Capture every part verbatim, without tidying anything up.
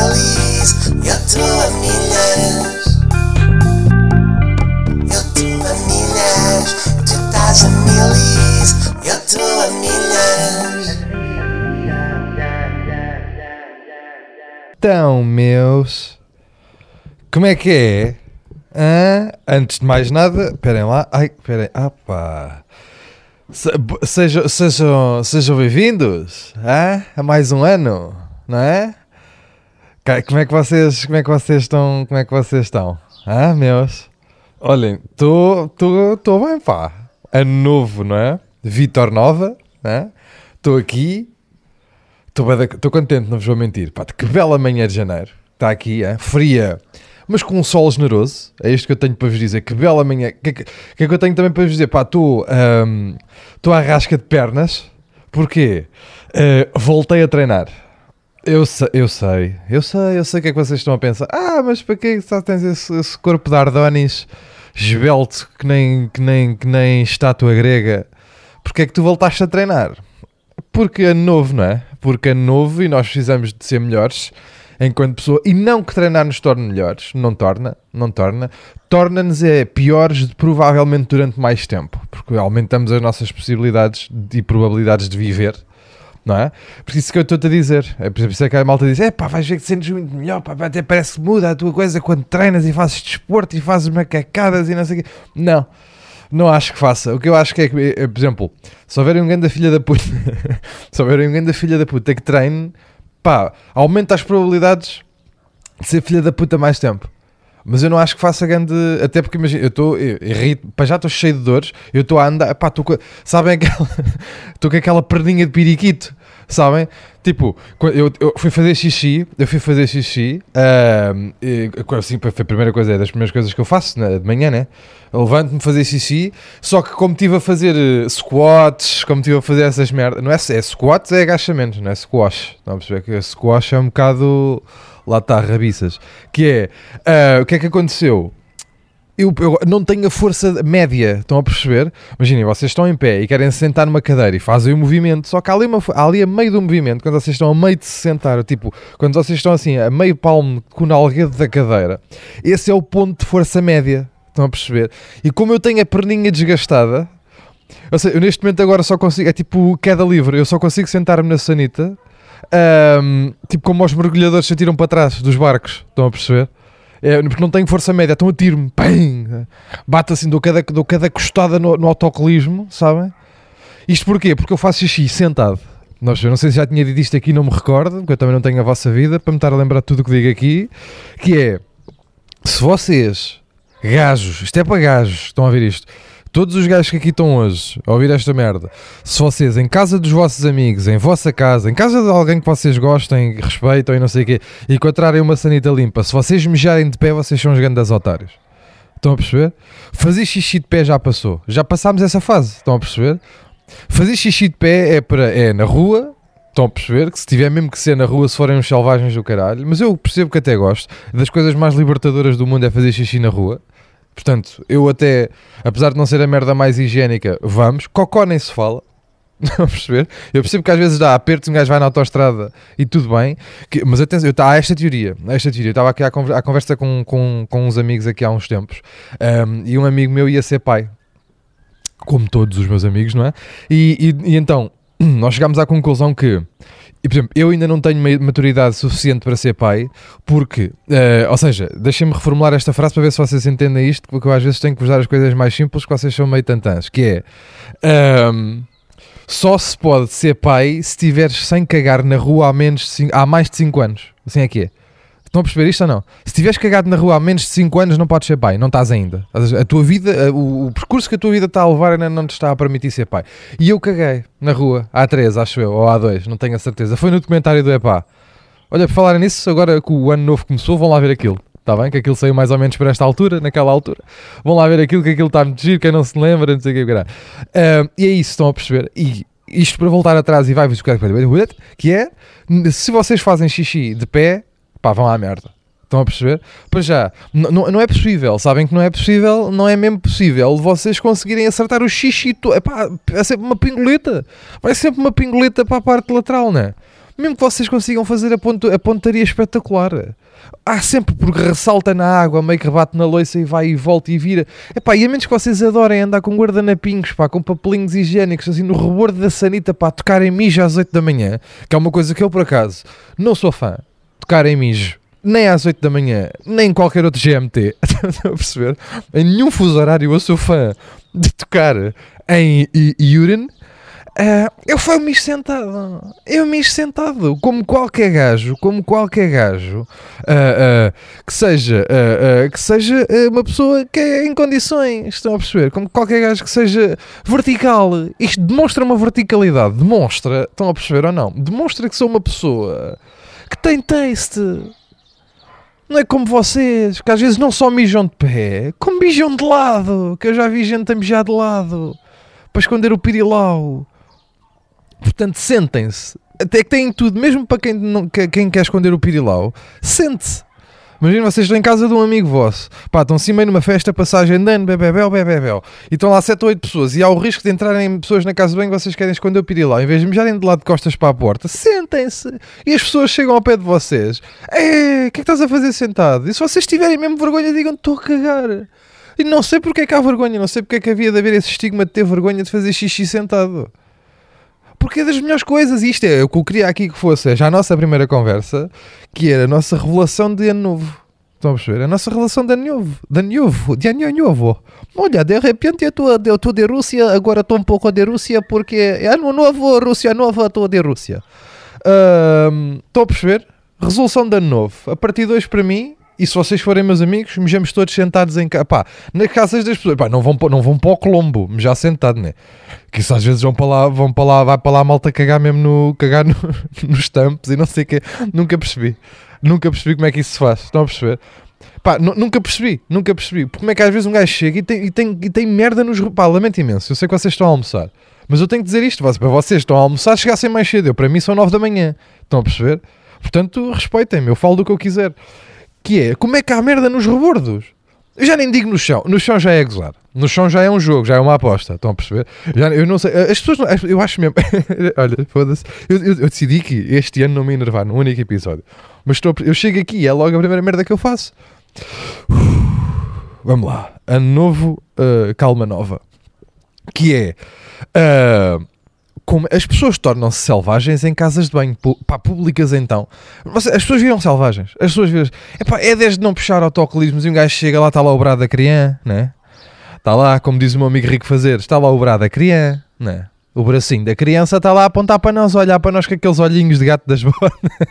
feliz. Eu estou a milhas. Eu estou a milhas. Tu estás a milhas. Eu estou a milhas. Então, meus, como é que é? Hã? Antes de mais nada, esperem lá. Ai, esperem. Ah, pá. Se, sejam, sejam, sejam bem-vindos, hã? A mais um ano, não é? Como é que vocês, como é que vocês estão? Como é que vocês estão? Ah, meus. Olhem, estou bem, pá. Ano novo, não é? Vitor Nova, não é? Estou aqui. Estou contente, não vos vou mentir. Pá, que bela manhã de janeiro. Está aqui, é? Fria, mas com um sol generoso. É isto que eu tenho para vos dizer. Que bela manhã. O que, que, que é que eu tenho também para vos dizer? Pá, estou um, à rasca de pernas. Porquê? Uh, voltei a treinar. Eu sei, eu sei, eu sei, eu sei o que é que vocês estão a pensar. Ah, mas para que só tens esse, esse corpo de Ardonis esbelto que nem, que, nem, que nem estátua grega? Porque é que tu voltaste a treinar? Porque é novo, não é? Porque é novo e nós precisamos de ser melhores enquanto pessoa. E não que treinar nos torne melhores. Não torna, não torna. Torna-nos é piores de, provavelmente durante mais tempo. Porque aumentamos as nossas possibilidades e probabilidades de viver. Não é? Por isso que eu estou-te a dizer. É por isso que a malta diz: é pá, vais ver que te sentes muito melhor, pá, até parece que muda a tua coisa quando treinas e fazes desporto e fazes macacadas e não sei o quê. Não, não acho que faça. O que eu acho que é que, por exemplo, se houver um grande filha da puta, se houver um grande filha da puta que treine, pá, aumenta as probabilidades de ser filha da puta mais tempo. Mas eu não acho que faça grande... Até porque, imagina, eu estou... Pá, já estou cheio de dores. Eu estou a andar... Pá, estou com... Sabem aquela... Estou com aquela perninha de periquito. Sabem? Tipo, eu, eu fui fazer xixi. Eu fui fazer xixi. Uh, e, assim, foi a primeira coisa... É das primeiras coisas que eu faço, né, de manhã, né? Eu levanto-me a fazer xixi. Só que como estive a fazer squats... Como estive a fazer essas merdas... Não é, é squats, é agachamentos. Não é squash. Não, a perceber que squash é um bocado... Lá está, rabiças. Que é, uh, o que é que aconteceu? Eu, eu não tenho a força média, estão a perceber? Imaginem, vocês estão em pé e querem se sentar numa cadeira e fazem o movimento, só que há ali, uma, há ali a meio do movimento, quando vocês estão a meio de se sentar, tipo, quando vocês estão assim, a meio palmo com o nalguedo da cadeira, esse é o ponto de força média, estão a perceber? E como eu tenho a perninha desgastada, eu, sei, eu neste momento agora só consigo, é tipo queda livre, eu só consigo sentar-me na sanita. Um, tipo como os mergulhadores se atiram para trás dos barcos, estão a perceber? É, porque não tenho força média, então atiro-me, pim, bato assim, dou cada, dou cada costada no, no autocolismo, sabem? Isto porquê? Porque eu faço xixi sentado. Não sei, não sei se já tinha dito isto aqui, não me recordo, porque eu também não tenho a vossa vida para me estar a lembrar de tudo o que digo aqui, que é, se vocês, gajos, isto é para gajos, estão a ver isto, todos os gajos que aqui estão hoje a ouvir esta merda, se vocês em casa dos vossos amigos, em vossa casa, em casa de alguém que vocês gostem, respeitam e não sei o quê, encontrarem uma sanita limpa, se vocês mijarem de pé, vocês são os grandes otários. Estão a perceber? Fazer xixi de pé já passou. Já passámos essa fase. Estão a perceber? Fazer xixi de pé é, para, é na rua. Estão a perceber? Que se tiver mesmo que ser na rua, se forem uns selvagens do caralho. Mas eu percebo que até gosto. Das coisas mais libertadoras do mundo é fazer xixi na rua. Portanto, eu até, apesar de não ser a merda mais higiênica, vamos. Cocó nem se fala. Não a perceber? Eu percebo que às vezes dá apertos, um gajo vai na autoestrada e tudo bem. Que, mas atenção, eu, há esta teoria. Há esta teoria. Eu estava aqui à conversa, à conversa com, com, com uns amigos aqui há uns tempos. Um, e um amigo meu ia ser pai. Como todos os meus amigos, não é? E, e, e então, nós chegámos à conclusão que... E, por exemplo, eu ainda não tenho maturidade suficiente para ser pai, porque, uh, ou seja, deixem-me reformular esta frase para ver se vocês entendem isto, porque eu às vezes tenho que vos dar as coisas mais simples, que vocês são meio tantãs, que é, um, só se pode ser pai se estiveres sem cagar na rua há, menos de cinco, há mais de cinco anos, assim é que é. Estão a perceber isto ou não? Se estiveres cagado na rua há menos de cinco anos, não podes ser pai, não estás ainda. A tua vida, o, o percurso que a tua vida está a levar ainda não te está a permitir ser pai. E eu caguei na rua, há três, acho eu, ou há dois, não tenho a certeza. Foi no documentário do Epá. Olha, por falar nisso, agora que o ano novo começou, vão lá ver aquilo. Está bem? Que aquilo saiu mais ou menos por esta altura, naquela altura. Vão lá ver aquilo, que aquilo está muito giro, quem não se lembra, não sei o que. Uh, e é isso, estão a perceber? E isto para voltar atrás e vai-vos que é, se vocês fazem xixi de pé, pá, vão à merda. Estão a perceber? Para já, n- n- não é possível. Sabem que não é possível? Não é mesmo possível vocês conseguirem acertar o xixi. To- Epá, é sempre uma pingoleta. Vai sempre uma pingoleta para a parte lateral, não é? mesmo que vocês consigam fazer a, ponto, a pontaria espetacular, há sempre porque ressalta na água, meio que rebate na loiça e vai e volta e vira. Epá, e a menos que vocês adorem andar com guardanapinhos, pá, com papelinhos higiênicos, assim no rebordo da sanita, pá, tocar em mijo às oito da manhã, que é uma coisa que eu por acaso não sou fã, tocar em mijo, nem às oito da manhã, nem em qualquer outro G M T, estão a perceber? Em nenhum fuso horário eu sou fã de tocar em urine. Uh, eu fui mijo sentado, eu mijo sentado, como qualquer gajo, como qualquer gajo, uh, uh, que seja, uh, uh, que seja uma pessoa que é em condições, estão a perceber? Como qualquer gajo que seja vertical. Isto demonstra uma verticalidade, demonstra, estão a perceber ou não? Demonstra que sou uma pessoa que tem taste. Não é como vocês, que às vezes não só mijam de pé, como mijam de lado, que eu já vi gente a mijar de lado, para esconder o pirilau. Portanto, sentem-se. Até que têm tudo, mesmo para quem, não, quem quer esconder o pirilau, sente-se. Imagina, vocês estão em casa de um amigo vosso, pá, estão assim meio numa festa, passagem de ano, bebebel, bebebel, e estão lá sete ou oito pessoas, e há o risco de entrarem pessoas na casa de banho que vocês querem esconder o pirilau, em vez de mijarem de lado de costas para a porta, sentem-se. E as pessoas chegam ao pé de vocês, é, o que é que estás a fazer sentado? E se vocês tiverem mesmo vergonha, digam, estou a cagar. E não sei porque é que há vergonha, não sei porque é que havia de haver esse estigma de ter vergonha de fazer xixi sentado. Porque é das melhores coisas, e isto é o que eu queria aqui que fosse já a nossa primeira conversa, que era a nossa revelação de ano novo. Estão a perceber? A nossa revelação de ano novo, de ano novo, de ano novo. Olha, de repente eu estou de Rússia, agora estou um pouco de Rússia, porque é ano novo, Rússia nova, estou de Rússia. Um, estão a perceber? Resolução de ano novo. A partir de hoje, para mim, e se vocês forem meus amigos, mejamos todos sentados em casa, pá, nas casas das pessoas, pá, não vão, não vão para o Colombo, já sentado, né? Que isso às vezes vão para lá, vão para lá, vai para lá a malta cagar mesmo no, cagar no, nos tampos e não sei o que, nunca percebi, nunca percebi como é que isso se faz, estão a perceber? Pá, n- nunca percebi, nunca percebi, porque como é que às vezes um gajo chega e tem, e tem, e tem merda nos, pá, lamento imenso, eu sei que vocês estão a almoçar, mas eu tenho que dizer isto, para vocês estão a almoçar, chegassem mais cedo, eu, para mim são nove da manhã, estão a perceber? Portanto, respeitem-me, eu falo do que eu quiser. Que é, como é que há merda nos rebordos? Eu já nem digo no chão. No chão já é gozar. No chão já é um jogo, já é uma aposta. Estão a perceber? Já, eu não sei. As pessoas, não, eu acho mesmo... Olha, foda-se. Eu, eu, eu decidi que este ano não me enervar num único episódio. Mas estou, eu chego aqui e é logo a primeira merda que eu faço. Vamos lá. Ano novo, uh, calma nova. Que é... Uh, como as pessoas tornam-se selvagens em casas de banho, pá, públicas então. As pessoas viram selvagens. As pessoas viram... Epá, é desde não puxar autocolismos e um gajo chega lá, está lá o brado da criança, né? Está lá, como diz o meu amigo Rico Fazer, está lá o brado da criança, né? O bracinho da criança está lá a apontar para nós, a olhar para nós com aqueles olhinhos de gato das botas.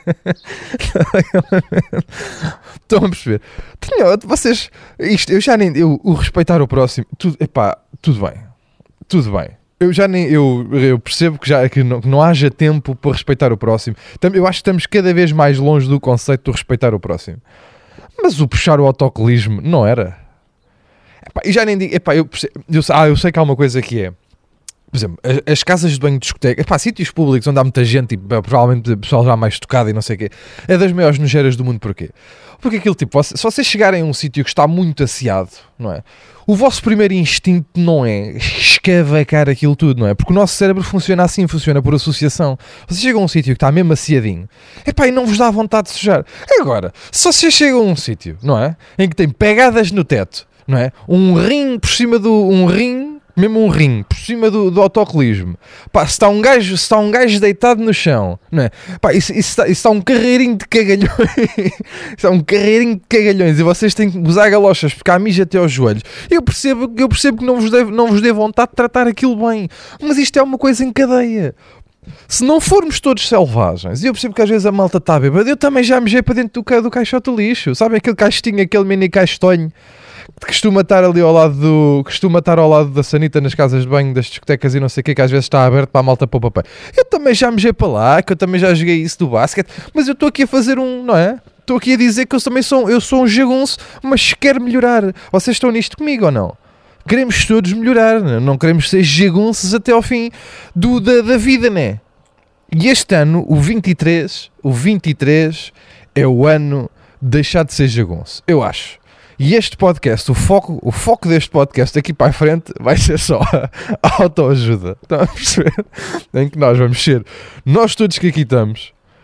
Estão a perceber? Tinha, vocês... Isto, eu já nem... Eu, o respeitar o próximo... Tudo, epá, tudo bem. Tudo bem. Eu já nem... Eu, eu percebo que, já, que, não, que não haja tempo para respeitar o próximo. Eu acho que estamos cada vez mais longe do conceito de respeitar o próximo. Mas o puxar o autocolismo não era. Epá, eu já nem digo... Epá, eu, percebo, eu, ah, eu sei que há uma coisa que é... Por exemplo, as, as casas de banho de discoteca, pá, sítios públicos onde há muita gente, tipo, provavelmente o pessoal já mais tocado e não sei o quê, é das maiores nojeiras do mundo. Porquê? Porque aquilo, tipo, se vocês chegarem a um sítio que está muito asseado, não é? O vosso primeiro instinto não é escavacar aquilo tudo, não é? Porque o nosso cérebro funciona assim, funciona por associação. Vocês chegam a um sítio que está mesmo assiadinho, epá, e não vos dá vontade de sujar. Agora, se vocês chegam a um sítio, não é? Em que tem pegadas no teto, não é? Um rim por cima do... Um rim... Mesmo um rim, por cima do, do autocolismo. Pá, se está um gajo, se está um gajo deitado no chão, não é? Pá, isso, isso, está, isso está um carreirinho de cagalhões. Está um carreirinho de cagalhões e vocês têm que usar galochas porque há mijo até aos joelhos. Eu percebo, eu percebo que não vos, dê, não vos dê vontade de tratar aquilo bem. Mas isto é uma coisa em cadeia. Se não formos todos selvagens, e eu percebo que às vezes a malta está bêbada, eu também já mejei para dentro do, do caixote do lixo. Sabe aquele caixotinho, aquele mini caixotinho que costuma estar ali ao lado do costuma estar ao lado da sanita nas casas de banho das discotecas e não sei o que, que às vezes está aberto para a malta pôr papel. Eu também já mejei para lá, que eu também já joguei isso do basquete, mas eu estou aqui a fazer um, não é? Estou aqui a dizer que eu também sou, eu sou um jagunço, mas quero melhorar. Vocês estão nisto comigo ou não? Queremos todos melhorar, não queremos ser jagunços até ao fim do, da, da vida, né? E este ano, o vinte e três, o vinte e três é o ano de deixar de ser jagunço, eu acho. E este podcast, o foco, o foco deste podcast aqui para a frente vai ser só a autoajuda. Estão a perceber? Em que nós vamos ser, nós todos que aqui estamos,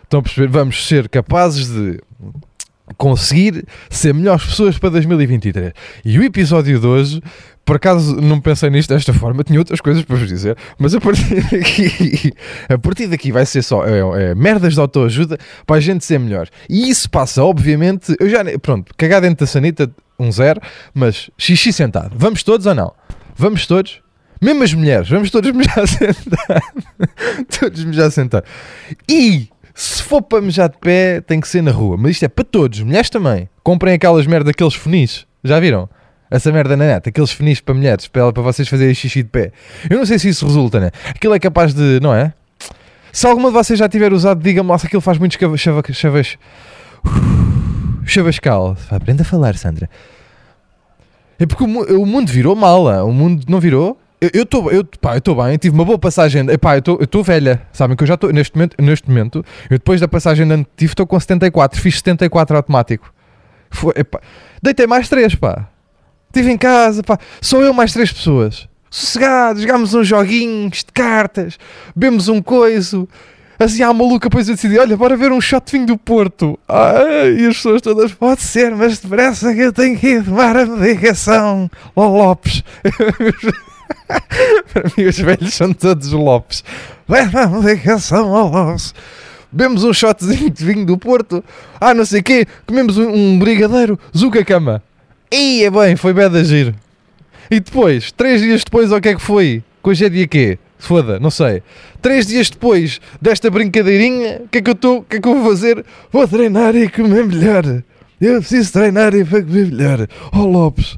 Estão a perceber? Vamos ser capazes de conseguir ser melhores pessoas para dois mil e vinte e três. E o episódio de hoje, por acaso não pensei nisto desta forma, tinha outras coisas para vos dizer, mas a partir daqui, a partir daqui vai ser só é, é, merdas de autoajuda para a gente ser melhor. E isso passa, obviamente, eu já, pronto, cagar dentro da sanita, um zero, mas xixi sentado. Vamos todos ou não? Vamos todos? Mesmo as mulheres, vamos todos mejar sentado. Todos mejar sentado. E se for para mejar de pé, tem que ser na rua. Mas isto é para todos, mulheres também. Comprem aquelas merda, aqueles funis. Já viram? Essa merda na net, aqueles funis para mulheres, para, para vocês fazerem xixi de pé. Eu não sei se isso resulta, né? Aquilo é capaz de, não é? Se alguma de vocês já tiver usado, diga-me lá se aquilo faz muito chava, chava, chavas, chavascal. Aprenda a falar, Sandra. É porque o, o mundo virou mala. O mundo não virou? Eu estou eu, pá, eu estou bem, tive uma boa passagem. Epá, eu estou velha, sabem que eu já estou neste momento, neste momento, eu depois da passagem de ano que tive estou com setenta e quatro, fiz setenta e quatro automático. Foi, epá, deitei mais três, pá. Estive em casa, pá, sou eu mais três pessoas. Sossegados, jogámos uns joguinhos de cartas, bebemos um coiso. Assim, à maluca, depois eu decidi, olha, bora ver um shot de vinho do Porto. Ai, e as pessoas todas, pode ser, mas depressa que eu tenho que ir tomar a medicação. Ó Lopes. Para mim os velhos são todos Lopes. Leva a medicação ao Lopes. Bebemos um shotzinho de vinho do Porto. Ah, não sei o quê. Comemos um, um brigadeiro. Zuca cama. E é bem, foi bem de agir. E depois, três dias depois, o que é que foi? Que hoje é dia quê? Foda, não sei. Três dias depois desta brincadeirinha, o que é que eu estou, o que é que eu vou fazer? Vou treinar e comer melhor. Eu preciso treinar e comer melhor. Oh Lopes.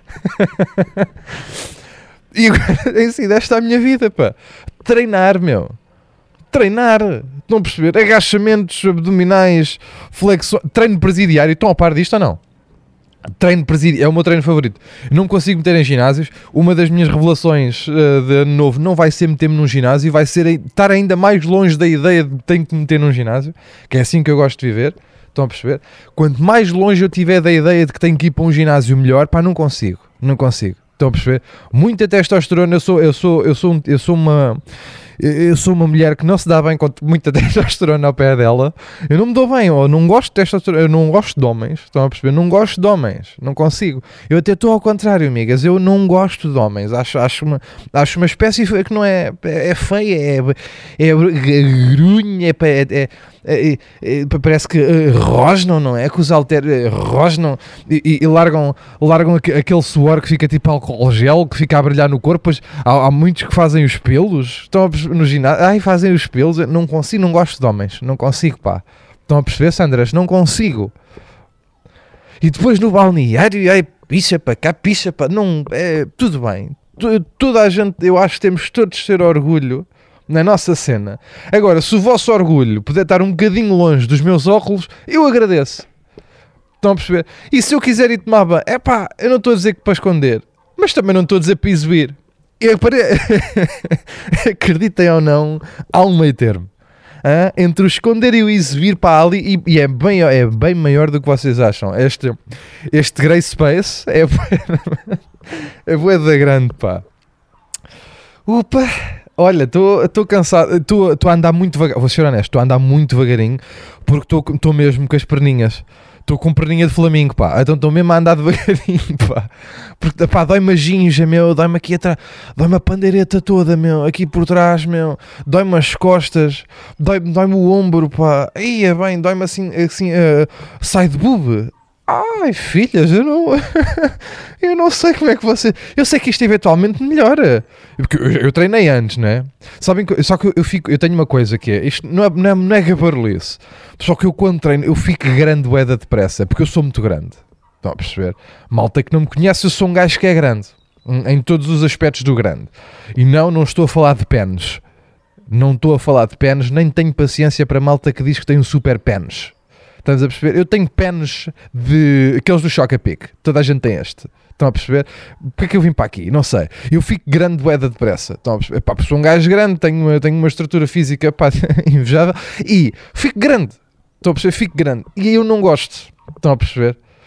E agora em si, desta é a minha vida, pá. Treinar, meu. Treinar. Estão a perceber? Agachamentos, abdominais, flexões. Treino presidiário. Estão a par disto ou não? Treino presidiário. É o meu treino favorito. Não consigo meter em ginásios. Uma das minhas revelações uh, de ano novo não vai ser meter-me num ginásio. Vai ser estar ainda mais longe da ideia de tenho que me meter num ginásio. Que é assim que eu gosto de viver. Estão a perceber? Quanto mais longe eu tiver da ideia de que tenho que ir para um ginásio melhor, pá, não consigo. Não consigo. Estão a perceber? Muita testosterona, eu sou, eu sou, eu sou, eu sou uma, eu sou uma mulher que não se dá bem com muita testosterona ao pé dela. Eu não me dou bem, ou não gosto de testosterona, eu não gosto de homens, estão a perceber? Não gosto de homens, não consigo. Eu até estou ao contrário, amigas, eu não gosto de homens, acho, acho, uma, acho uma espécie que não é, é feia, é, é, é grunha, é, é, é, é, parece que uh, rosnam, não é? Que os alteram, rosnam e, e largam, largam aquele suor que fica tipo álcool gel, que fica a brilhar no corpo. Pois há, há muitos que fazem os pelos, estão a, no ginásio, ai, fazem os pelos. Eu não consigo, não gosto de homens, não consigo, pá. Estão a perceber, Sandras? Não consigo. E depois no balneário, ai, picha para cá, picha para... Não, é, tudo bem. Toda a gente, eu acho que temos todos de ter orgulho na nossa cena. Agora, se o vosso orgulho puder estar um bocadinho longe dos meus óculos, eu agradeço. Estão a perceber? E se eu quiser ir tomar banho, é pá, eu não estou a dizer que para esconder, mas também não estou a dizer para exibir. Eu, para... Acreditem ou não, há um meio termo. Ah, entre o esconder e o exibir, pá, ali, e, e é, bem, é bem maior do que vocês acham. Este, este grey space é é bué da grande, pá. Upa, olha, estou cansado, estou a andar muito devagar, vou ser honesto, estou a andar muito devagarinho, porque estou mesmo com as perninhas. Estou com perninha de flamingo, pá. Então estou mesmo a andar devagarinho, pá. Porque, pá, dói-me a ginja, meu. Dói-me aqui atrás. Dói-me a pandeireta toda, meu. Aqui por trás, meu. Dói-me as costas. Dói-me dói o ombro, pá. Ia bem, dói-me assim, assim, uh, side boob. Ai, filhas, eu não... eu não sei como é que você... Eu sei que isto eventualmente melhora. Porque eu, eu treinei antes, não é? Sabem que... Só que eu, fico, eu tenho uma coisa que é... Isto não é, não é, não é gabarulice. Só que eu quando treino, eu fico grande bué depressa. Porque eu sou muito grande. Estão a perceber? Malta que não me conhece, eu sou um gajo que é grande. Em todos os aspectos do grande. E não, não estou a falar de pênis. Não estou a falar de pênis. Nem tenho paciência para malta que diz que tem um super pênis. Estamos a perceber? Eu tenho pênis de... aqueles do Chocapic. Toda a gente tem este. Estão a perceber? Porquê é que eu vim para aqui? Não sei. Eu fico grande bué da depressa. Estão a perceber? Pá, porque sou um gajo grande, tenho uma, tenho uma estrutura física, pá, invejável. E fico grande. Estão a perceber? Fico grande. E eu não gosto. Estão a perceber?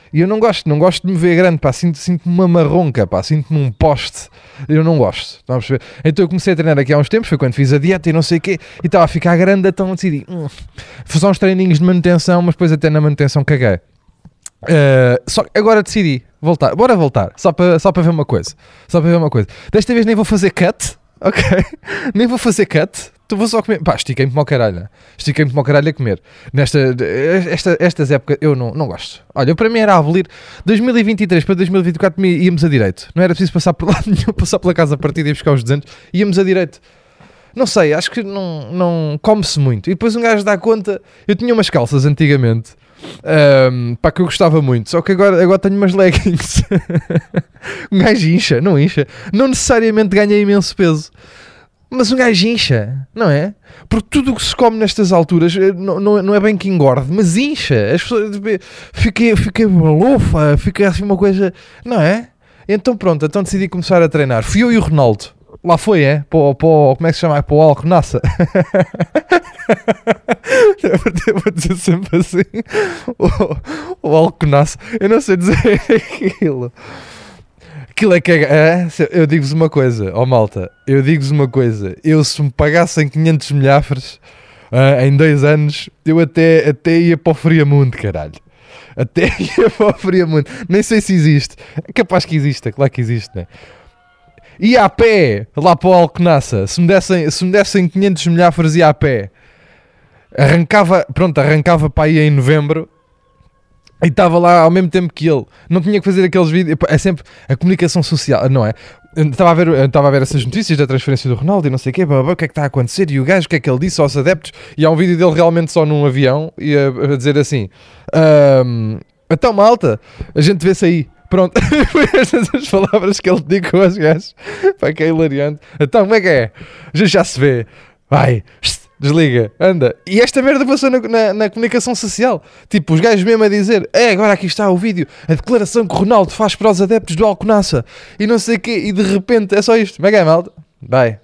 E eu não gosto, não gosto de me ver grande, pá, sinto, sinto-me uma marronca, pá, sinto-me um poste. Eu não gosto, estão a perceber? Então eu comecei a treinar aqui há uns tempos, foi quando fiz a dieta e não sei o quê, e estava a ficar grande, então decidi, hum, fazer uns treininhos de manutenção, mas depois até na manutenção caguei. Uh, só que agora decidi voltar, bora voltar, só para só para ver uma coisa, só para ver uma coisa. Desta vez nem vou fazer cut, ok? Nem vou fazer cut. Tu vou só comer. Pá, estiquei-me como ao caralho. Estiquei-me como ao caralho a comer. Nesta, esta, estas épocas eu não, não gosto. Olha, para mim era abolir dois mil e vinte e três para dois mil e vinte e quatro íamos a direito. Não era preciso passar por lado nenhum, passar pela casa partida e buscar os duzentos. Íamos a direito. Não sei, acho que não, não come-se muito. E depois um gajo dá conta. Eu tinha umas calças antigamente. Um, pá, que eu gostava muito. Só que agora, agora tenho umas leggings. Um gajo incha, não incha. Não necessariamente ganha imenso peso. Mas um gajo incha, não é? Porque tudo o que se come nestas alturas não, não, não é bem que engorde, mas incha. As pessoas fiquei, fiquei malufa, fiquei assim uma coisa, não é? Então pronto, então decidi começar a treinar. Fui eu e o Ronaldo. Lá foi, é? Para, para, como é que se chama? Para o Alconaça. Eu vou dizer sempre assim. O, o Alconaça. Eu não sei dizer aquilo. Aquilo é que é, é, eu digo-vos uma coisa, ó oh malta, eu digo-vos uma coisa, eu se me pagassem quinhentos milhafres uh, em dois anos, eu até, até ia para o Friamundo, caralho. Até ia para o Friamundo. Nem sei se existe. É capaz que existe, é claro que existe, né? Ia a pé, lá para o Alconaça, se me dessem, se me dessem quinhentos milhafres ia a pé. Arrancava, pronto, arrancava para aí em novembro. E estava lá ao mesmo tempo que ele. Não tinha que fazer aqueles vídeos. É sempre a comunicação social, não é? Estava a ver, estava a ver essas notícias da transferência do Ronaldo e não sei o quê, blá, blá, o que é que está a acontecer, e o gajo, o que é que ele disse aos adeptos, e há um vídeo dele realmente só num avião, e a, a dizer assim, um, então malta, a gente vê-se aí. Pronto, foi estas as palavras que ele dedicou aos gajos. Pá, que é hilariante. Então, como é que é? A gente já se vê. Vai, desliga, anda. E esta merda passou na, na, na comunicação social. Tipo, os gajos mesmo a dizer, é, agora aqui está o vídeo, a declaração que o Ronaldo faz para os adeptos do Alconaça. E não sei o quê. E de repente é só isto. Como é que é, malta? Vai.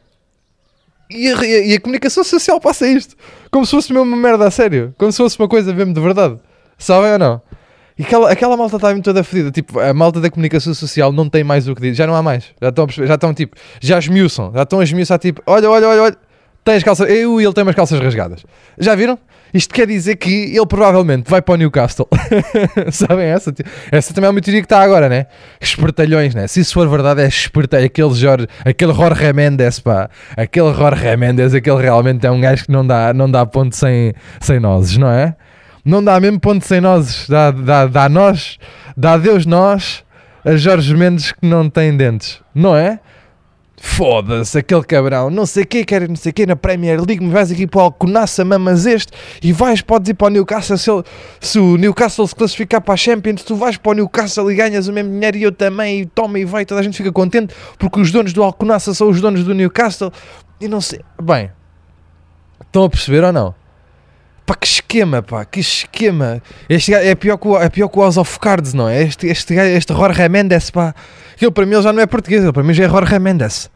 E a, e a comunicação social passa isto. Como se fosse mesmo uma merda a sério. Como se fosse uma coisa mesmo de verdade. Sabem ou não? E aquela, aquela malta está mesmo toda fedida. Tipo, a malta da comunicação social não tem mais o que dizer. Já não há mais. Já estão, já estão tipo, já esmiuçam. Já estão a esmiuçar tipo, olha, olha, olha, olha. Tem as calças, eu e ele tem umas calças rasgadas. Já viram? Isto quer dizer que ele provavelmente vai para o Newcastle. Sabem essa? Essa também é uma teoria que está agora, né? Espertalhões, né? Se isso for verdade, é espertalho. Aquele Jorge, aquele Jorge Mendes, pá. Aquele Jorge Mendes, aquele realmente é um gajo que não dá, não dá ponto sem, sem nozes, não é? Não dá mesmo ponto sem nozes. Dá, dá, dá nós, dá Deus nós a Jorge Mendes que não tem dentes, não é? Foda-se, aquele cabrão, não sei o que, quer não sei o que na Premier League, me vais aqui para o Alconaça, mamas este, e vais, podes ir para o Newcastle, se, ele, se o Newcastle se classificar para a Champions, tu vais para o Newcastle e ganhas o mesmo dinheiro e eu também, e toma e vai, toda a gente fica contente, porque os donos do Alconaça são os donos do Newcastle, e não sei, bem, estão a perceber ou não? Pá, que esquema, pá, que esquema. Este gajo é pior que o, é pior que o House of Cards, não é? Este, este, gajo, este Jorge Mendes, pá. Ele para mim ele já não é português, ele para mim já é Jorge Mendes.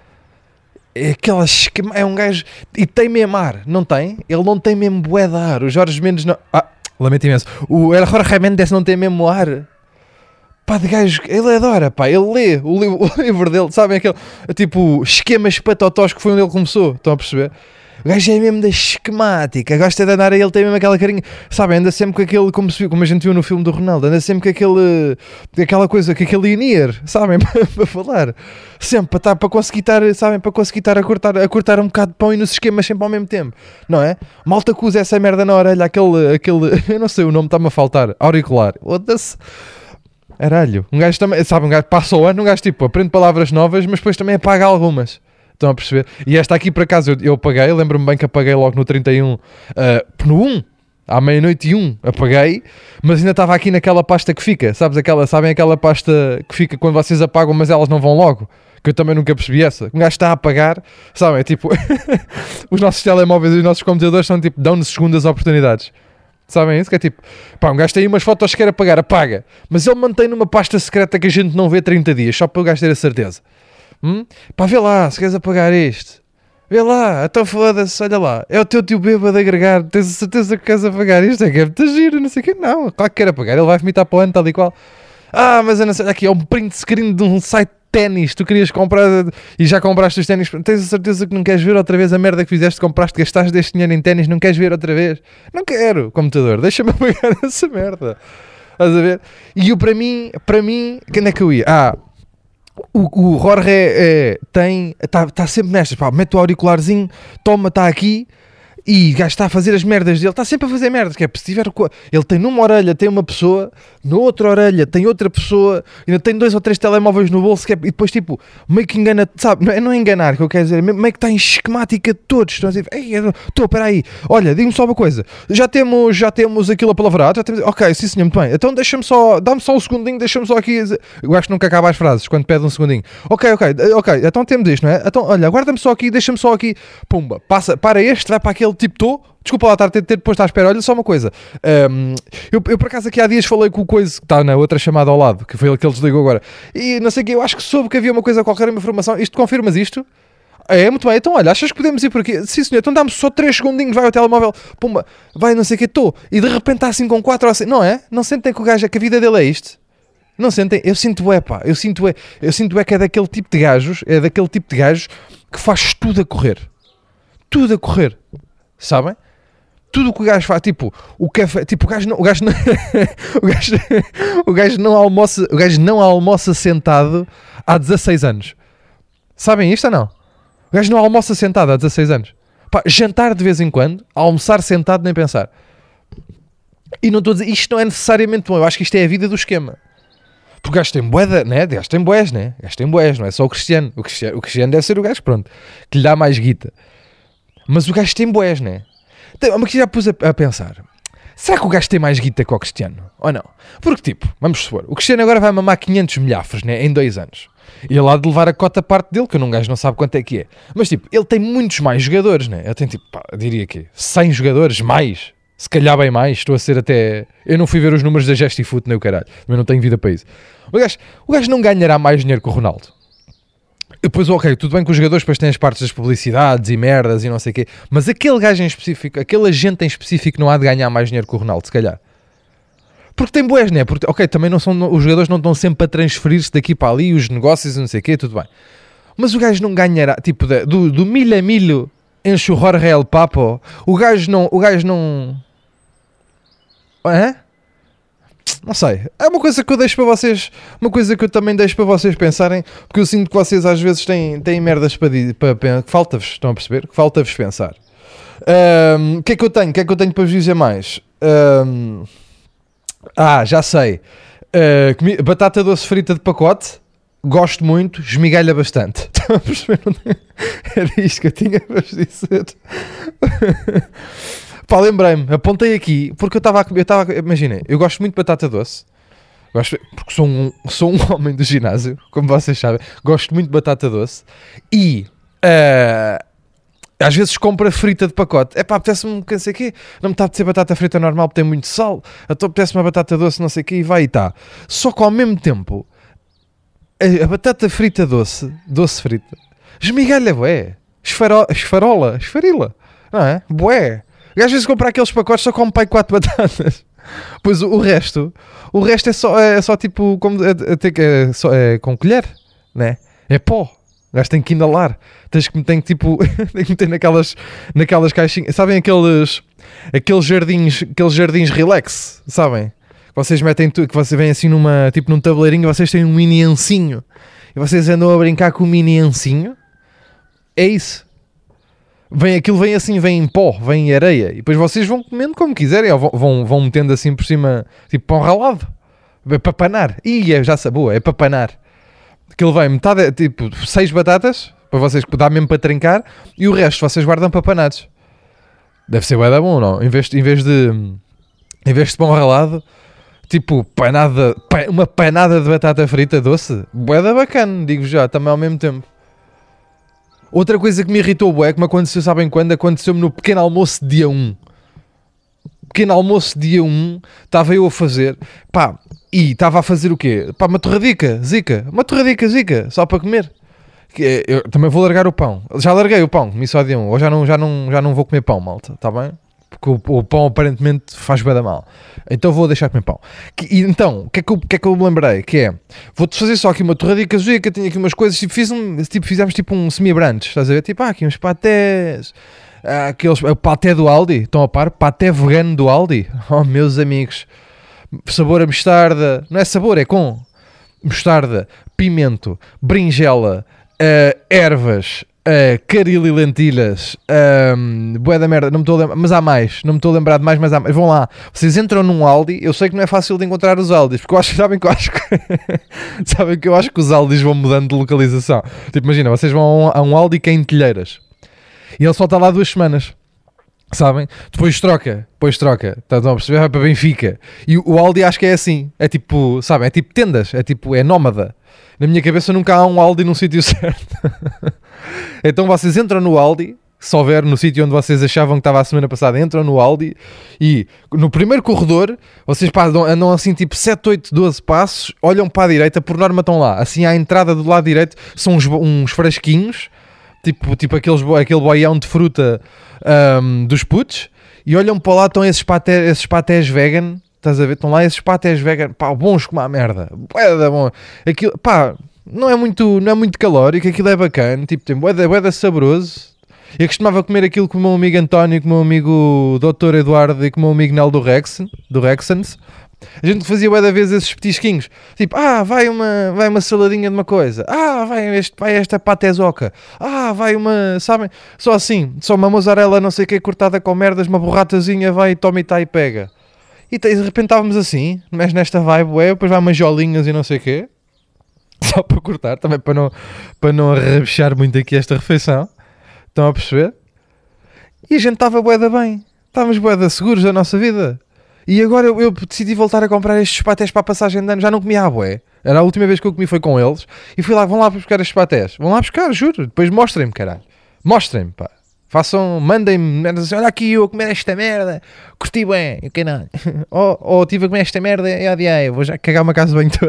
É aquela esquema, é um gajo... E tem mesmo ar, não tem? Ele não tem mesmo bué de ar. O Jorge Mendes não... Ah, lamento imenso. O Jorge Mendes não tem mesmo ar. Pá, de gajo... Ele adora, pá. Ele lê o livro, o livro dele, sabem aquele... Tipo, esquemas patotós que foi onde ele começou. Estão a perceber? O gajo é mesmo da esquemática, gosta de andar a ele, tem mesmo aquela carinha, sabem, anda sempre com aquele, como, se, como a gente viu no filme do Ronaldo, anda sempre com aquele, aquela coisa, com aquele in-ear, sabem, para falar, sempre, para, estar, para conseguir estar, sabem, para conseguir estar a cortar, a cortar um bocado de pão e nos esquemas sempre ao mesmo tempo, não é? Malta que usa essa merda na orelha, aquele, aquele, eu não sei, o nome está-me a faltar, auricular, foda-se. Aralho, um gajo também, sabe, um gajo passa o ano, um gajo tipo, aprende palavras novas, mas depois também apaga algumas. Estão a perceber? E esta aqui, por acaso, eu, eu apaguei, lembro-me bem que apaguei logo no trinta e um, uh, no um, à meia-noite e um, apaguei, mas ainda estava aqui naquela pasta que fica, sabes, aquela, sabem aquela pasta que fica quando vocês apagam, mas elas não vão logo? Que eu também nunca percebi essa. Um gajo está a apagar, sabem, é tipo, os nossos telemóveis e os nossos computadores são tipo, dão-nos segundas oportunidades. Sabem isso? Que é tipo, pá, um gajo tem aí umas fotos que quer apagar, apaga, mas ele mantém numa pasta secreta que a gente não vê trinta dias, só para o gajo ter a certeza. Hum? Pá, vê lá, se queres apagar este. Vê lá, então foda-se, olha lá. É o teu tio bêbado a agregar. Tens a certeza que queres apagar isto? É que é muito giro, não sei o quê. Não, claro que quer apagar. Ele vai vomitar para o ano, tal e qual. Ah, mas eu não sei. Olha aqui, é um print screen de um site de ténis. Tu querias comprar e já compraste os ténis. Tens a certeza que não queres ver outra vez a merda que fizeste, compraste, gastaste deste dinheiro em ténis, não queres ver outra vez? Não quero, computador. Deixa-me apagar essa merda. Estás a ver? E eu, para mim, para mim, quando é que eu ia? Ah... O, o Jorge é, tem está tá sempre nestas, pá, mete o auricularzinho, toma, está aqui e o gajo está a fazer as merdas dele, está sempre a fazer merdas, que é, se tiver, ele tem numa orelha tem uma pessoa, na outra orelha tem outra pessoa, ainda tem dois ou três telemóveis no bolso, que é, e depois tipo, meio que engana, sabe, não é, não é enganar que eu quero dizer, meio que está em esquemática de todos, estão a dizer, ei, estou, espera aí, olha, diga-me só uma coisa, já temos, já temos aquilo apalavrado, já temos, ok, sim senhor, muito bem, então deixa-me só, dá-me só um segundinho, deixa-me só aqui, eu acho que nunca acaba as frases, quando pede um segundinho, ok, ok, ok, então temos isto, não é, então olha, aguarda-me só aqui, deixa-me só aqui, pumba, passa, para este, vai para aquele tipo, estou, desculpa lá estar a ter, ter depois estar à espera, olha só uma coisa, um, eu, eu por acaso aqui há dias falei com o coisa que está na outra chamada ao lado, que foi ele que ele desligou agora, e não sei o que, eu acho que soube que havia uma coisa qualquer, uma informação, isto confirmas isto? É, muito bem, então olha, achas que podemos ir por aqui? Sim senhor, então dá-me só três segundinhos, vai ao telemóvel, pumba, vai não sei o que, estou, e de repente está assim com quatro ou assim, não é? Não sentem que o gajo, que a vida dele é isto? Não sentem? Eu sinto é pá, eu sinto é, eu sinto é que é daquele tipo de gajos, é daquele tipo de gajos que faz tudo a correr, tudo a correr, sabem? Tudo o que o gajo faz, tipo, o café, tipo, o gajo não, o gajo não, o gajo, o gajo não almoça, o gajo não almoça sentado há dezasseis anos. Sabem isto ou não? O gajo não almoça sentado há dezasseis anos. Pá, jantar de vez em quando, almoçar sentado nem pensar. E não estou a dizer, isto não é necessariamente bom, eu acho que isto é a vida do esquema. Porque o gajo tem boeda, né? O gajo tem boés, né? O gajo tem boés, não é só o Cristiano. O Cristiano, o Cristiano deve ser o gajo, pronto, que lhe dá mais guita. Mas o gajo tem boés, né? Mas que já pus a, a pensar, será que o gajo tem mais guita que o Cristiano? Ou não? Porque tipo, vamos supor, o Cristiano agora vai mamar quinhentos milhafres, né, em dois anos. E ele há de levar a cota parte dele, que um gajo não sabe quanto é que é. Mas tipo, ele tem muitos mais jogadores, né? Ele tem tipo, pá, eu diria que cem jogadores, mais. Se calhar bem mais, estou a ser até... Eu não fui ver os números da Gestifoot, nem o caralho. Mas não tenho vida para isso. O gajo, o gajo não ganhará mais dinheiro que o Ronaldo. Depois, ok, tudo bem que os jogadores depois têm as partes das publicidades e merdas e não sei o quê, mas aquele gajo em específico, aquele agente em específico não há de ganhar mais dinheiro que o Ronaldo, se calhar. Porque tem boés, né? Porque, ok, também não são, os jogadores não estão sempre a transferir-se daqui para ali, os negócios e não sei o quê, tudo bem. Mas o gajo não ganhará, tipo, do, do milho a milho enche o Jorge El Papo, o gajo não... O gajo não... Hã? Não sei, é uma coisa que eu deixo para vocês, uma coisa que eu também deixo para vocês pensarem, porque eu sinto que vocês às vezes têm, têm merdas para, para, para que falta-vos, estão a perceber? Que falta-vos pensar. O um, que é que eu tenho? O que é que eu tenho para vos dizer mais? Um, ah, já sei. Uh, comi, batata doce frita de pacote, gosto muito, esmigalha bastante. Estão a perceber? Era isto que eu tinha para vos dizer. Pá, lembrei-me, apontei aqui, porque eu estava a, eu estava, imaginem, eu gosto muito de batata doce, gosto, porque sou um, sou um homem do ginásio, como vocês sabem, gosto muito de batata doce, e uh, às vezes compro a frita de pacote, é pá, apetece-me, não sei o quê, não me está a apetecer batata frita normal, porque tem muito sal, então apetece-me a batata doce, não sei o quê, e vai e tá. Só que ao mesmo tempo, a, a batata frita doce, doce frita, esmigalha, bué, esfaro, esfarola, esfarila, não é? Bué. E às vezes comprar aqueles pacotes só como pai quatro batatas. Pois o, o resto, o resto é só, é só tipo, como, é, é, é, só, é com colher, né? É pó. O gajo tem que inalar. Tens que meter tipo, tem que meter naquelas, naquelas caixinhas. Sabem aqueles, aqueles jardins, aqueles jardins relax, sabem? Vocês metem tudo, que você vem assim numa, tipo num tabuleirinho e vocês têm um mini ancinho. E vocês andam a brincar com o mini ancinho. É isso. Vem, aquilo vem assim, vem em pó, vem em areia, e depois vocês vão comendo como quiserem, ou vão, vão, vão metendo assim por cima, tipo pão ralado, é para panar, e é já sabor, é para panar. Aquilo vem metade, tipo seis batatas, para vocês, dá mesmo para trincar, e o resto vocês guardam para panados. Deve ser bué da bom, não? Em vez, em vez de em vez de pão ralado, tipo panada, uma panada de batata frita doce, bué da bacana, digo já, também ao mesmo tempo. Outra coisa que me irritou bué, que me aconteceu, sabem quando? Aconteceu-me no pequeno almoço dia um. Pequeno almoço dia um, estava eu a fazer, pá, e estava a fazer o quê? Pá, uma torradica, zica, uma torradica, zica, só para comer. que é, eu também vou largar o pão. Já larguei o pão, comi só de um. Ou já não, já não, já não vou comer pão, malta, está bem? Porque o, o pão aparentemente faz bem da mal. Então vou deixar de comer pão. Que, e então, o que, é que, eu, que é que eu me lembrei? Que é, vou-te fazer só aqui uma torradinha que tenho aqui umas coisas, tipo, fiz um, tipo, fizemos tipo um semi-brunch, estás a ver? Tipo, ah, aqui uns patés, ah, aqueles, o paté do Aldi, estão a par? Paté vegano do Aldi. Oh, meus amigos, sabor a mostarda, não é sabor, é com mostarda, pimento, berinjela, uh, ervas, uh, caril e lentilhas, um, bué da merda, não me estou a lembrar, mas há mais, não me estou a lembrar de mais, mas há mais. Vão lá, vocês entram num Aldi, eu sei que não é fácil de encontrar os Aldis, porque eu acho, sabem que eu acho que sabem que eu acho que os Aldis vão mudando de localização. Tipo, imagina, vocês vão a um, a um Aldi que é em Telheiras e ele só está lá duas semanas. Sabem? Depois troca, depois troca, estão a perceber? Vai para Benfica. E o Aldi acho que é assim, é tipo, sabem? É tipo tendas, é tipo, é nómada. Na minha cabeça nunca há um Aldi num sítio certo. Então vocês entram no Aldi, se houver no sítio onde vocês achavam que estava a semana passada, entram no Aldi e no primeiro corredor, vocês pá, andam assim tipo sete, oito, doze passos, olham para a direita, por norma estão lá. Assim à entrada do lado direito são uns, uns frasquinhos, tipo, tipo aqueles, aquele boião de fruta um, dos putos, e olham para lá, estão esses patés, esses patés vegan, estás a ver? Estão lá esses patés vegan, pá, bons como a merda, bué da bom. Aquilo, pá, não é muito, não é muito calórico, aquilo é bacana, tipo, tem bué da, bué da saboroso. Eu costumava comer aquilo com o meu amigo António, com o meu amigo doutor Eduardo e com o meu amigo Nel do Rexen, do Rexens. A gente fazia bué da vez esses petisquinhos, tipo, ah, vai uma, vai uma saladinha de uma coisa, ah, vai, este, vai esta patezoca, ah, vai uma, sabem, só assim, só uma mozzarella não sei o que cortada com merdas, uma borratazinha, vai, toma e tá e pega. E de repente estávamos assim, mas nesta vibe, ué, depois vai umas jolinhas e não sei o quê, só para cortar, também para não, para não arrebichar muito aqui esta refeição, estão a perceber? E a gente estava bué da bem, estávamos bué da seguros da nossa vida. E agora eu, eu decidi voltar a comprar estes patés para a passagem de ano. Já não comia a bué. Era a última vez que eu comi foi com eles. E fui lá, vão lá buscar estes patés. Vão lá buscar, juro. Depois mostrem-me, caralho. Mostrem-me, pá. Façam, mandem-me. Assim, olha aqui eu a comer esta merda. Curti bem. Eu não. Ou oh, oh, estive a comer esta merda e odiei. Vou já cagar uma casa de banho toda.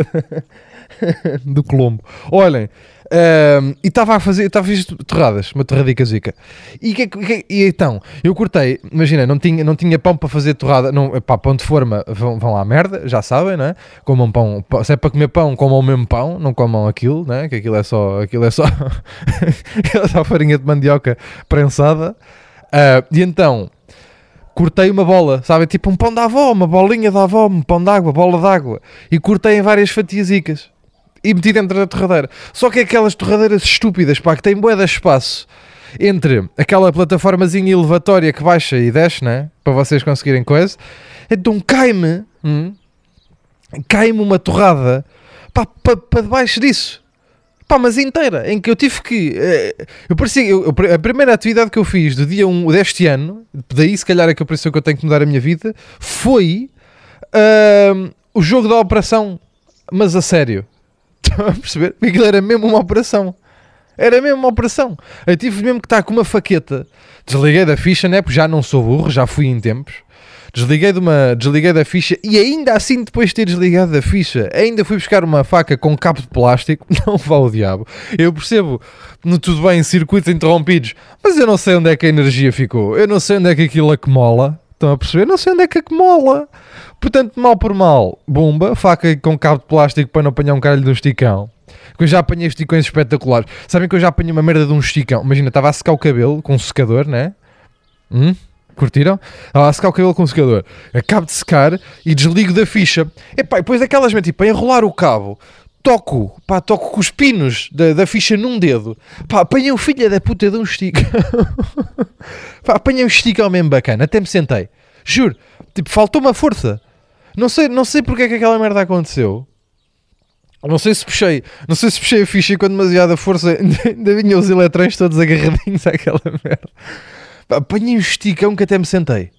Do Colombo. Olhem. Um, e estava a fazer, estava a fazer torradas, uma torradica zica. E, que, que, e então, eu cortei, imagina, não tinha, não tinha pão para fazer torrada, não, pá, pão de forma, vão, vão lá à merda, já sabem, não é? Comam pão, se é para comer pão, comam o mesmo pão, não comam aquilo, não é? Que aquilo é só, aquilo é só, aquilo é só farinha de mandioca prensada. Uh, e então, cortei uma bola, sabe? Tipo um pão da avó, uma bolinha da avó, um pão d'água, bola d'água, e cortei em várias fatiasicas. E meti dentro da torradeira. Só que é aquelas torradeiras estúpidas, pá, que tem bué de espaço entre aquela plataformazinha elevatória que baixa e desce, né? Para vocês conseguirem coisa. Então cai-me, hum, cai-me uma torrada, pá, para pa debaixo disso. Pá, mas inteira, em que eu tive que... Eh, eu parecia, eu, a primeira atividade que eu fiz do dia um deste ano, daí se calhar é que eu pareceu que eu tenho que mudar a minha vida, foi uh, o jogo da operação, mas a sério. Estão a perceber? Porque aquilo era mesmo uma operação. Era mesmo uma operação. Eu tive mesmo que estar com uma faqueta. Desliguei da ficha, né? Porque já não sou burro, já fui em tempos. Desliguei, de uma, desliguei da ficha e ainda assim, depois de ter desligado da ficha, ainda fui buscar uma faca com cabo de plástico. Não vá ao diabo. Eu percebo, no tudo bem, circuitos interrompidos, mas eu não sei onde é que a energia ficou. Eu não sei onde é que aquilo acumula. Estão a perceber? Eu não sei onde é que acumula. Portanto, mal por mal, bomba, faca com cabo de plástico para não apanhar um caralho de um esticão. Que eu já apanhei esticões espetaculares. Sabem que eu já apanhei uma merda de um esticão? Imagina, estava a secar o cabelo com um secador, né? Hum? Curtiram? Estava a secar o cabelo com um secador. Acabo de secar e desligo da ficha. Epá, e depois aquelas, tipo, a enrolar o cabo, toco, pá, toco com os pinos da, da ficha num dedo. Pá, apanhei o filho da puta de um esticão. Pá, apanhei um esticão mesmo bacana, até me sentei. Juro, tipo, faltou uma força. Não sei, não sei porque é que aquela merda aconteceu. Não sei se puxei, não sei se puxei a ficha com demasiada força, ainda vinham os eletrões todos agarradinhos àquela merda. Apanhei um esticão que até me sentei.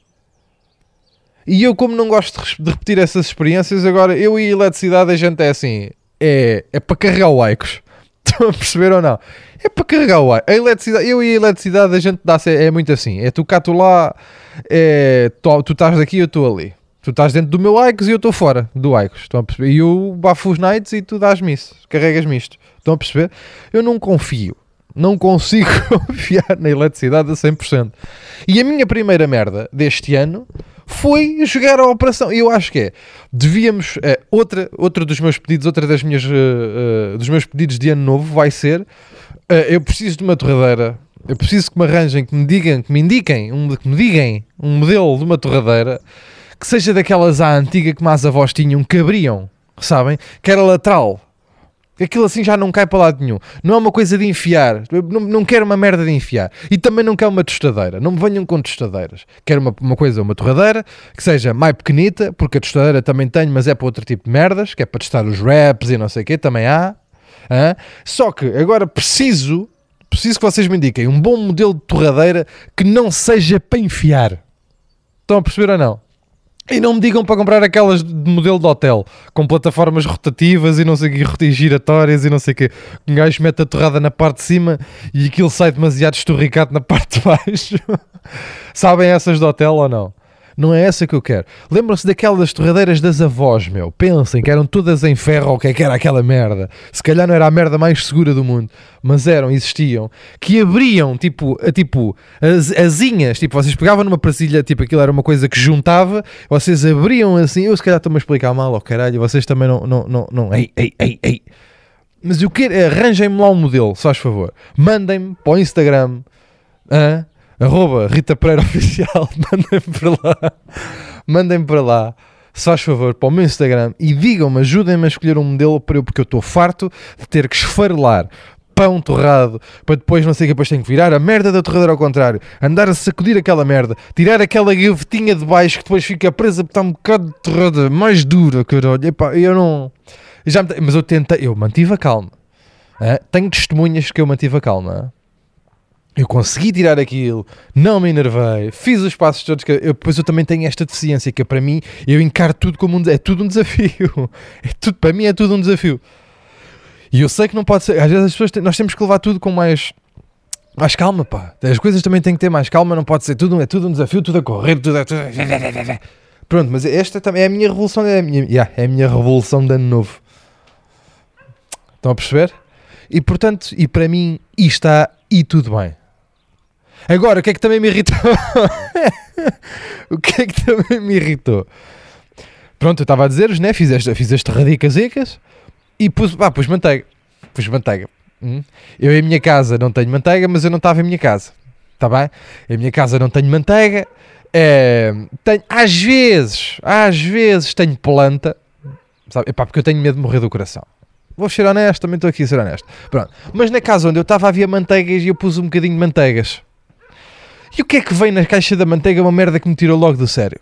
E eu, como não gosto de repetir essas experiências, agora eu e a eletricidade a gente é assim, é, é para carregar o Aicos. Estão a perceber ou não? É para carregar o Aicos. A eletricidade, eu e a eletricidade a gente dá é, é muito assim, é tu cá, tu lá, é, tu, tu estás daqui, eu estou ali. Tu estás dentro do meu Aicos e eu estou fora do Aicos. Estão a perceber? E eu bafo os nights e tu dás-me isso. Carregas-me isto. Estão a perceber? Eu não confio. Não consigo confiar na eletricidade a cem por cento. E a minha primeira merda deste ano foi jogar a operação. E eu acho que é, devíamos, é, outra, outro dos meus pedidos, outra das minhas, uh, uh, dos meus pedidos de ano novo vai ser, uh, eu preciso de uma torradeira, eu preciso que me arranjem, que me digam, que me indiquem, um, que me digam um modelo de uma torradeira que seja daquelas à antiga que mais avós tinham, que abriam, sabem? Que era lateral. Aquilo assim já não cai para lado nenhum. Não é uma coisa de enfiar. Eu não, não quero uma merda de enfiar. E também não quero uma tostadeira. Não me venham com tostadeiras. Quero uma, uma coisa, uma torradeira, que seja mais pequenita, porque a tostadeira também tenho, mas é para outro tipo de merdas, que é para testar os wraps e não sei o quê, também há. Hã? Só que agora preciso, preciso que vocês me indiquem um bom modelo de torradeira que não seja para enfiar. Estão a perceber ou não? E não me digam para comprar aquelas de modelo de hotel, com plataformas rotativas e não sei o que, giratórias e não sei o que. Um gajo mete a torrada na parte de cima e aquilo sai demasiado esturricado na parte de baixo. Sabem essas de hotel ou não? Não é essa que eu quero. Lembram-se daquelas torradeiras das avós, meu. Pensem que eram todas em ferro ou o que é que era aquela merda. Se calhar não era a merda mais segura do mundo, mas eram, existiam. Que abriam, tipo, a, tipo as asinhas. Tipo, vocês pegavam numa prasilha, tipo, aquilo era uma coisa que juntava. Vocês abriam assim. Eu se calhar estou-me a explicar mal, oh caralho. Vocês também não... não, não, não. Ei, ei, ei, ei. Mas eu quero... Arranjem-me lá um modelo, se faz favor. Mandem-me para o Instagram. Hã? Arroba Rita Pereira Oficial, mandem-me para lá, mandem-me para lá, se faz favor, para o meu Instagram e digam-me, ajudem-me a escolher um modelo para eu, porque eu estou farto de ter que esfarelar pão torrado, para depois não sei o que, depois tenho que virar a merda da torradeira ao contrário, andar a sacudir aquela merda, tirar aquela gavetinha de baixo que depois fica presa porque está um bocado de torrada mais dura, caralho. Epá, eu não... Já me... Mas eu tentei, eu mantive a calma, é? Tenho testemunhas que eu mantive a calma, é? Eu consegui tirar aquilo, não me enervei, fiz os passos todos, que eu, depois eu também tenho esta deficiência, que para mim, eu encaro tudo como um, é tudo um desafio, é tudo, para mim é tudo um desafio. E eu sei que não pode ser, às vezes as pessoas, têm, nós temos que levar tudo com mais, mais calma, pá. As coisas também têm que ter mais calma, não pode ser tudo, é tudo um desafio, tudo a correr, tudo a... Tudo a... Pronto, mas esta também é a minha revolução, é a minha, yeah, é a minha revolução de ano novo. Estão a perceber? E portanto, e para mim, isto está, e tudo bem. Agora, o que é que também me irritou? O que é que também me irritou? Pronto, eu estava a dizer-vos, né? Fiz este, fiz este radicas secas e pus, pá, pus manteiga. Pus manteiga. Hum? Eu em minha casa não tenho manteiga, mas eu não estava em minha casa. Está bem? Em minha casa não tenho manteiga. É, tenho, às vezes, às vezes tenho planta. Sabe? Epá, porque eu tenho medo de morrer do coração. Vou ser honesto, também estou aqui a ser honesto. Pronto. Mas na casa onde eu estava havia manteigas e eu pus um bocadinho de manteigas. E o que é que vem na caixa da manteiga? Uma merda que me tirou logo do sério.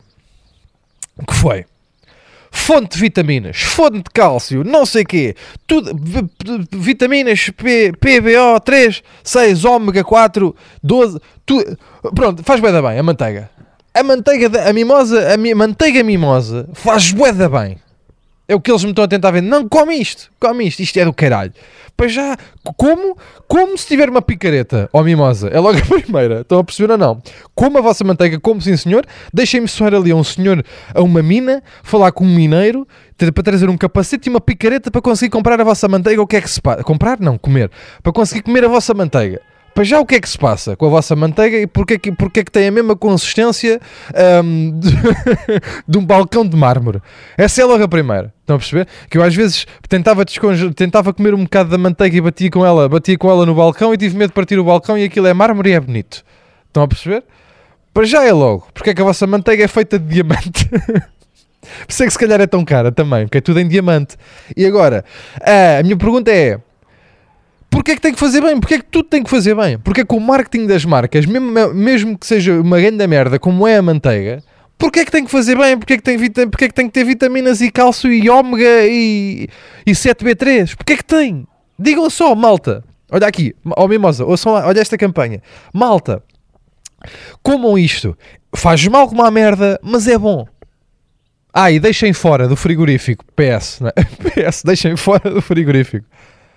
O que foi? Fonte de vitaminas, fonte de cálcio, não sei o quê. Tudo, vitaminas P, P B O três, seis, ômega quatro, doze. Tudo, pronto, faz bué da bem a manteiga. A manteiga, da, a mimosa, a mi, manteiga mimosa faz bué da bem. É o que eles me estão a tentar vender. Não, come isto, come isto, isto é do caralho. Pois já, como? Como se tiver uma picareta ou mimosa. É logo a primeira, estão a perceber ou não? Como a vossa manteiga, como sim senhor. Deixem-me soar ali a um senhor, a uma mina, falar com um mineiro, para trazer um capacete e uma picareta para conseguir comprar a vossa manteiga. O que é que se passa? Comprar? Não, comer. Para conseguir comer a vossa manteiga. Pois já o que é que se passa com a vossa manteiga e porque é que, porque é que tem a mesma consistência um, de, de um balcão de mármore? Essa é logo a primeira. Estão a perceber? Que eu às vezes tentava, desconge... tentava comer um bocado da manteiga e batia com ela, batia com ela no balcão e tive medo de partir o balcão e aquilo é mármore e é bonito. Estão a perceber? Para já é logo. Porque é que a vossa manteiga é feita de diamante? Por isso é que se calhar é tão cara também, porque é tudo em diamante. E agora, a minha pergunta é: porquê é que tem que fazer bem? Porquê é que tudo tem que fazer bem? Porquê é que o marketing das marcas, mesmo, mesmo que seja uma grande merda como é a manteiga, porquê é que tem que fazer bem? Porquê é que tem, vita, porquê é que, tem que ter vitaminas e cálcio e ômega e, e sete B três? Porquê é que tem? Digam só, malta. Olha aqui, ó Mimosa, ouçam lá, olha esta campanha. Malta, comam isto. Faz mal como a merda, mas é bom. Ah, e deixem fora do frigorífico. P S, não é? P S, deixem fora do frigorífico.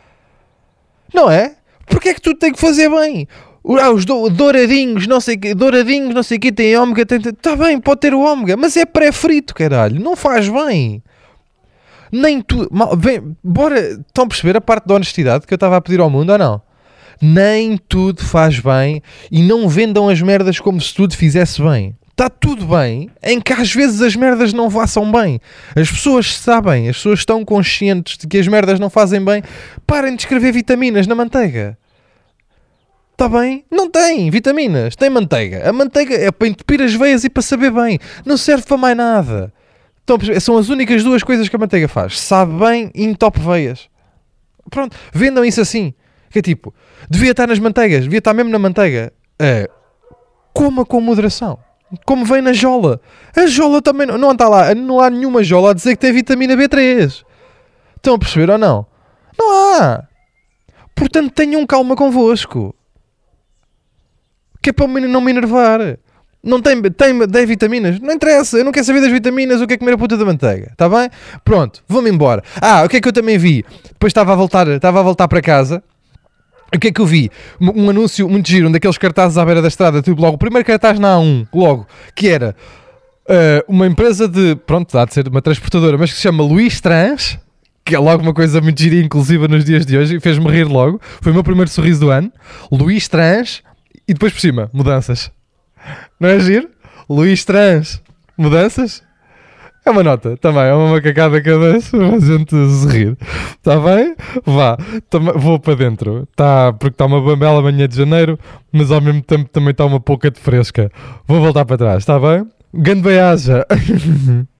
Não é? Porque é que tudo tem que fazer bem? Ah, os do, douradinhos, não sei que, douradinhos, não sei o que, tem ômega, tem, está bem, pode ter o ômega, mas é pré-frito, caralho, não faz bem. Nem tudo. Mal, vem, bora. Estão a perceber a parte da honestidade que eu estava a pedir ao mundo ou não? Nem tudo faz bem e não vendam as merdas como se tudo fizesse bem. Está tudo bem em que às vezes as merdas não façam bem. As pessoas sabem, as pessoas estão conscientes de que as merdas não fazem bem. Parem de escrever vitaminas na manteiga. Está bem? Não tem vitaminas, tem manteiga. A manteiga é para entupir as veias e para saber bem. Não serve para mais nada. Então, são as únicas duas coisas que a manteiga faz. Sabe bem e entope veias. Pronto, vendam isso assim. Que é tipo, devia estar nas manteigas, devia estar mesmo na manteiga. É, coma com moderação. Como vem na jola. A jola também não, não está lá. Não há nenhuma jola a dizer que tem vitamina B três. Estão a perceber ou não? Não há. Portanto, tenham calma convosco. Que é para não me enervar. Não tem, tem, tem vitaminas? Não interessa. Eu não quero saber das vitaminas. Eu quero comer a puta da manteiga. Está bem? Pronto. Vou-me embora. Ah, o que é que eu também vi? Depois estava a voltar, estava a voltar para casa. O que é que eu vi? Um, um anúncio muito giro, um daqueles cartazes à beira da estrada, tipo logo, o primeiro cartaz na A um, logo, que era uh, uma empresa de, pronto, há de ser uma transportadora, mas que se chama Luís Trans, que é logo uma coisa muito gira e inclusiva nos dias de hoje, e fez-me rir logo, foi o meu primeiro sorriso do ano, Luís Trans, e depois por cima, mudanças. Não é giro? Luís Trans, mudanças? É uma nota, também, é uma macacada cada vez para a gente se rir. Está bem? Vá, Tama, vou para dentro. Tá, porque está uma bela manhã de janeiro, mas ao mesmo tempo também está uma pouca de fresca. Vou voltar para trás, está bem? Grande beiaja.